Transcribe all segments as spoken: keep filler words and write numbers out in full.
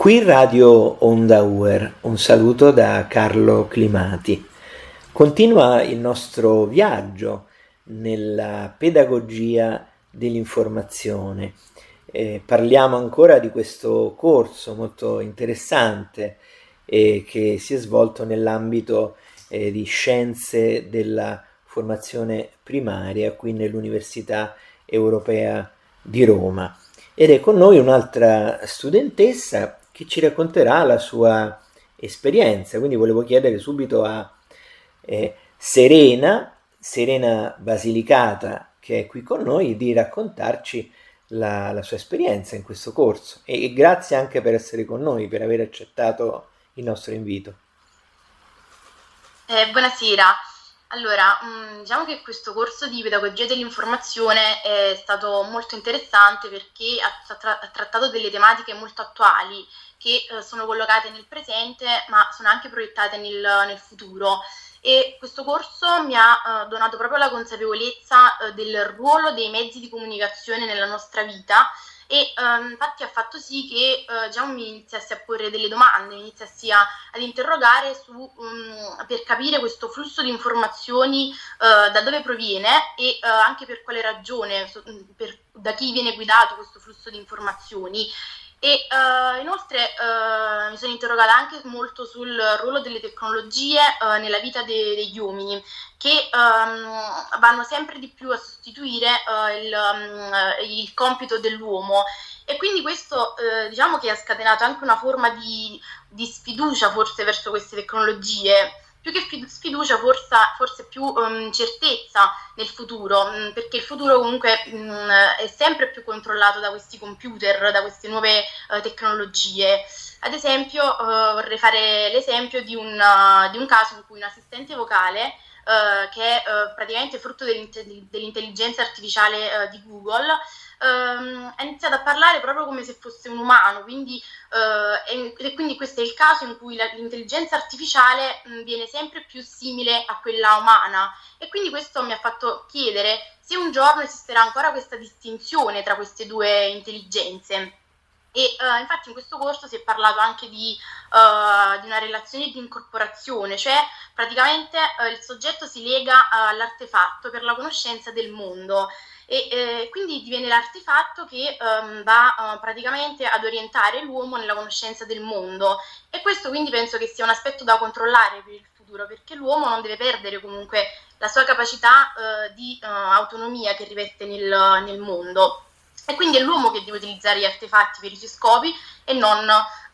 Qui Radio Onda Uer, un saluto da Carlo Climati. Continua il nostro viaggio nella pedagogia dell'informazione. Eh, parliamo ancora di questo corso molto interessante eh, che si è svolto nell'ambito eh, di scienze della formazione primaria qui nell'Università Europea di Roma. Ed è con noi un'altra studentessa che ci racconterà la sua esperienza. Quindi volevo chiedere subito a eh, Serena, Serena Basilicata, che è qui con noi, di raccontarci la, la sua esperienza in questo corso. E, e grazie anche per essere con noi, per aver accettato il nostro invito. Eh, buonasera. Allora, mh, diciamo che questo corso di pedagogia dell'informazione è stato molto interessante perché ha, tra- ha trattato delle tematiche molto attuali che eh, sono collocate nel presente ma sono anche proiettate nel, nel futuro. E questo corso mi ha eh, donato proprio la consapevolezza eh, del ruolo dei mezzi di comunicazione nella nostra vita e um, infatti ha fatto sì che uh, diciamo, mi iniziassi a porre delle domande, mi iniziassi a, ad interrogare su, um, per capire questo flusso di informazioni uh, da dove proviene e uh, anche per quale ragione, so, per, da chi viene guidato questo flusso di informazioni. E uh, inoltre uh, mi sono interrogata anche molto sul ruolo delle tecnologie uh, nella vita de- degli uomini, che um, vanno sempre di più a sostituire uh, il, um, il compito dell'uomo. E quindi questo uh, diciamo che ha scatenato anche una forma di, di sfiducia forse verso queste tecnologie, più che sfiducia, forse, forse più um, certezza nel futuro, mh, perché il futuro comunque mh, è sempre più controllato da questi computer, da queste nuove uh, tecnologie. Ad esempio, uh, vorrei fare l'esempio di un, uh, di un caso in cui un assistente vocale, uh, che è uh, praticamente frutto dell'intelligenza artificiale uh, di Google, Um, ha iniziato a parlare proprio come se fosse un umano, quindi, uh, e, e quindi questo è il caso in cui la, l'intelligenza artificiale mh, viene sempre più simile a quella umana, e quindi questo mi ha fatto chiedere se un giorno esisterà ancora questa distinzione tra queste due intelligenze. E uh, infatti in questo corso si è parlato anche di, uh, di una relazione di incorporazione, cioè praticamente uh, il soggetto si lega uh, all'artefatto per la conoscenza del mondo. E eh, quindi diviene l'artefatto che um, va uh, praticamente ad orientare l'uomo nella conoscenza del mondo, e questo quindi penso che sia un aspetto da controllare per il futuro, perché l'uomo non deve perdere comunque la sua capacità uh, di uh, autonomia che riveste nel, nel mondo, e quindi è l'uomo che deve utilizzare gli artefatti per i suoi scopi e non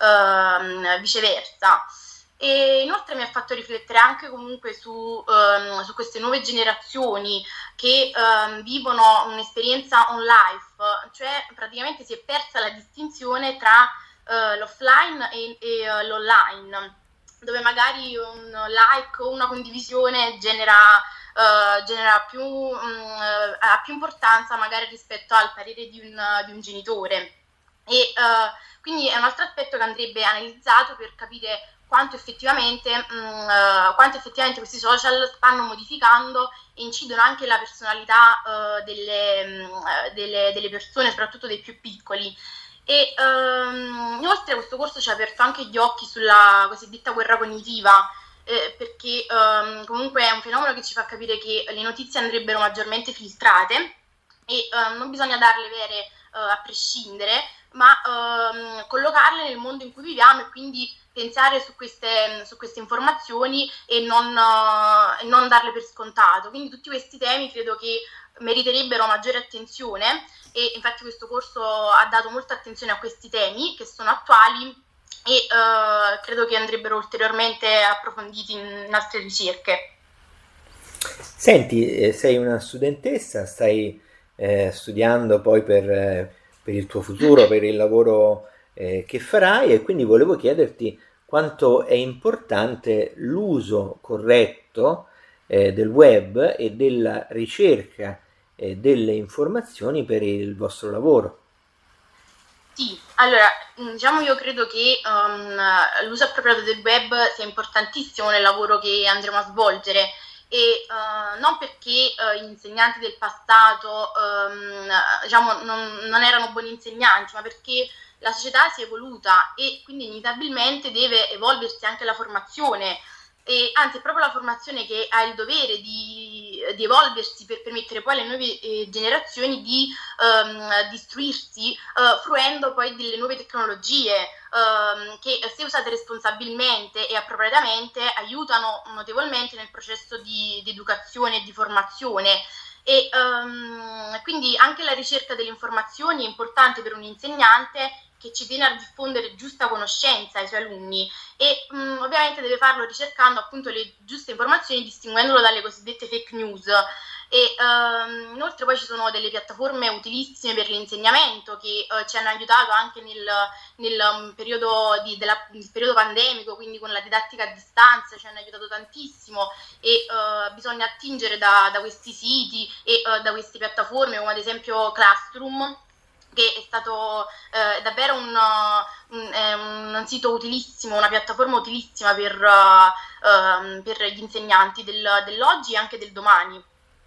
uh, viceversa. E inoltre mi ha fatto riflettere anche comunque su, um, su queste nuove generazioni che um, vivono un'esperienza on life, cioè praticamente si è persa la distinzione tra uh, l'offline e, e uh, l'online, dove magari un like o una condivisione genera, uh, genera più, um, ha più importanza magari rispetto al parere di un, di un genitore. E uh, quindi è un altro aspetto che andrebbe analizzato per capire quanto effettivamente, mh, quanto effettivamente questi social stanno modificando e incidono anche la personalità uh, delle, mh, delle, delle persone, soprattutto dei più piccoli. E um, inoltre questo corso ci ha aperto anche gli occhi sulla cosiddetta guerra cognitiva, eh, perché um, comunque è un fenomeno che ci fa capire che le notizie andrebbero maggiormente filtrate e um, non bisogna darle vere uh, a prescindere, ma um, collocarle nel mondo in cui viviamo, e quindi pensare su queste, su queste informazioni e non, uh, e non darle per scontato. Quindi tutti questi temi credo che meriterebbero maggiore attenzione, e infatti questo corso ha dato molta attenzione a questi temi che sono attuali e uh, credo che andrebbero ulteriormente approfonditi in altre ricerche. Senti, sei una studentessa, stai eh, studiando poi per, eh, per il tuo futuro, per il lavoro eh, che farai, e quindi volevo chiederti quanto è importante l'uso corretto eh, del web e della ricerca eh, delle informazioni per il vostro lavoro. Sì, allora, diciamo io credo che um, l'uso appropriato del web sia importantissimo nel lavoro che andremo a svolgere, e uh, non perché uh, gli insegnanti del passato um, diciamo, non, non erano buoni insegnanti, ma perché la società si è evoluta e quindi inevitabilmente deve evolversi anche la formazione. E anzi è proprio la formazione che ha il dovere di, di evolversi per permettere poi alle nuove eh, generazioni di um, di istruirsi uh, fruendo poi delle nuove tecnologie um, che, se usate responsabilmente e appropriatamente, aiutano notevolmente nel processo di, di educazione e di formazione. E um, quindi anche la ricerca delle informazioni è importante per un insegnante che ci tiene a diffondere giusta conoscenza ai suoi alunni e mh, ovviamente deve farlo ricercando appunto le giuste informazioni, distinguendolo dalle cosiddette fake news. E uh, inoltre poi ci sono delle piattaforme utilissime per l'insegnamento che uh, ci hanno aiutato anche nel, nel um, periodo, di, della, nel periodo pandemico, quindi con la didattica a distanza ci hanno aiutato tantissimo e uh, bisogna attingere da, da questi siti e uh, da queste piattaforme come ad esempio Classroom, che è stato eh, davvero un, un, un, un sito utilissimo, una piattaforma utilissima per, uh, uh, per gli insegnanti del, dell'oggi e anche del domani.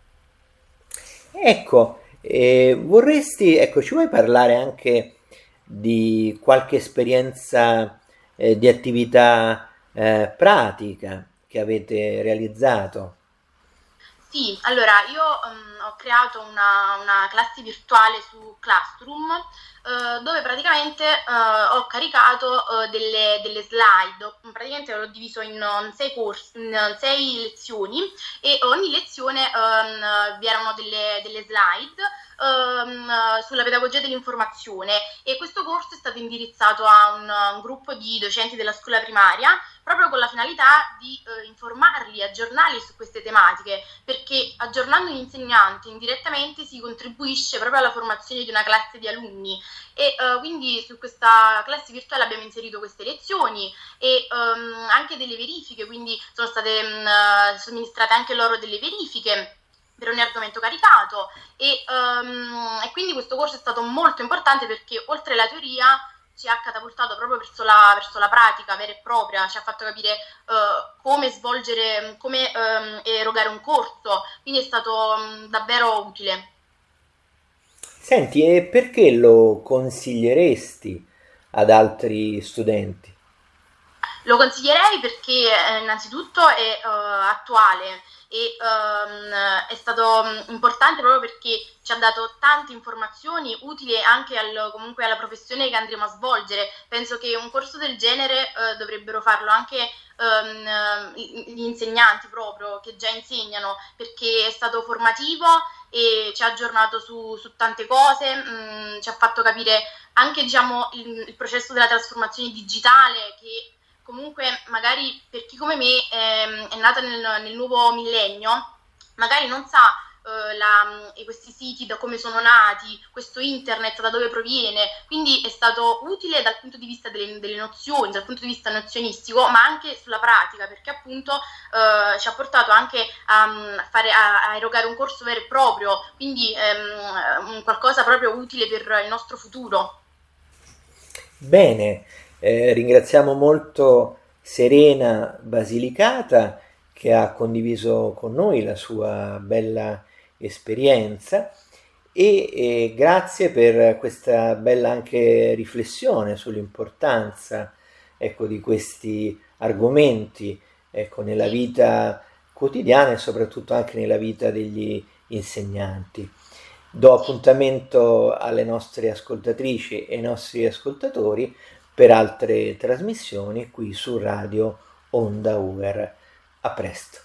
Ecco, eh, vorresti, ecco, ci vuoi parlare anche di qualche esperienza eh, di attività eh, pratica che avete realizzato? Sì, allora io um, ho creato una, una classe virtuale su Classroom uh, dove praticamente uh, ho caricato uh, delle, delle slide, praticamente l'ho diviso in, in sei corsi, in sei lezioni e ogni lezione um, vi erano delle, delle slide um, sulla pedagogia dell'informazione e questo corso è stato indirizzato a un, un gruppo di docenti della scuola primaria proprio con la finalità di eh, informarli, aggiornarli su queste tematiche, perché aggiornando gli insegnanti indirettamente si contribuisce proprio alla formazione di una classe di alunni e eh, quindi su questa classe virtuale abbiamo inserito queste lezioni e um, anche delle verifiche, quindi sono state um, somministrate anche loro delle verifiche per ogni argomento caricato e, um, e quindi questo corso è stato molto importante perché oltre alla teoria ci ha catapultato proprio verso la, verso la pratica vera e propria, ci ha fatto capire uh, come svolgere, come um, erogare un corso, quindi è stato um, davvero utile. Senti, e perché lo consiglieresti ad altri studenti? Lo consiglierei perché eh, innanzitutto è uh, attuale e um, è stato importante proprio perché ci ha dato tante informazioni utili anche al, comunque alla professione che andremo a svolgere. Penso che un corso del genere uh, dovrebbero farlo anche um, gli insegnanti proprio che già insegnano, perché è stato formativo e ci ha aggiornato su, su tante cose, mh, ci ha fatto capire anche diciamo, il, il processo della trasformazione digitale che comunque magari per chi come me è, è nata nel, nel nuovo millennio, magari non sa eh, la, questi siti da come sono nati, questo internet da dove proviene, quindi è stato utile dal punto di vista delle, delle nozioni, dal punto di vista nozionistico, ma anche sulla pratica, perché appunto eh, ci ha portato anche a, fare, a, a erogare un corso vero e proprio, quindi ehm, qualcosa proprio utile per il nostro futuro. Bene. Eh, ringraziamo molto Serena Basilicata che ha condiviso con noi la sua bella esperienza e, e grazie per questa bella anche riflessione sull'importanza ecco, di questi argomenti ecco, nella vita quotidiana e soprattutto anche nella vita degli insegnanti. Do appuntamento alle nostre ascoltatrici e ai nostri ascoltatori per altre trasmissioni qui su Radio Onda U R. A presto.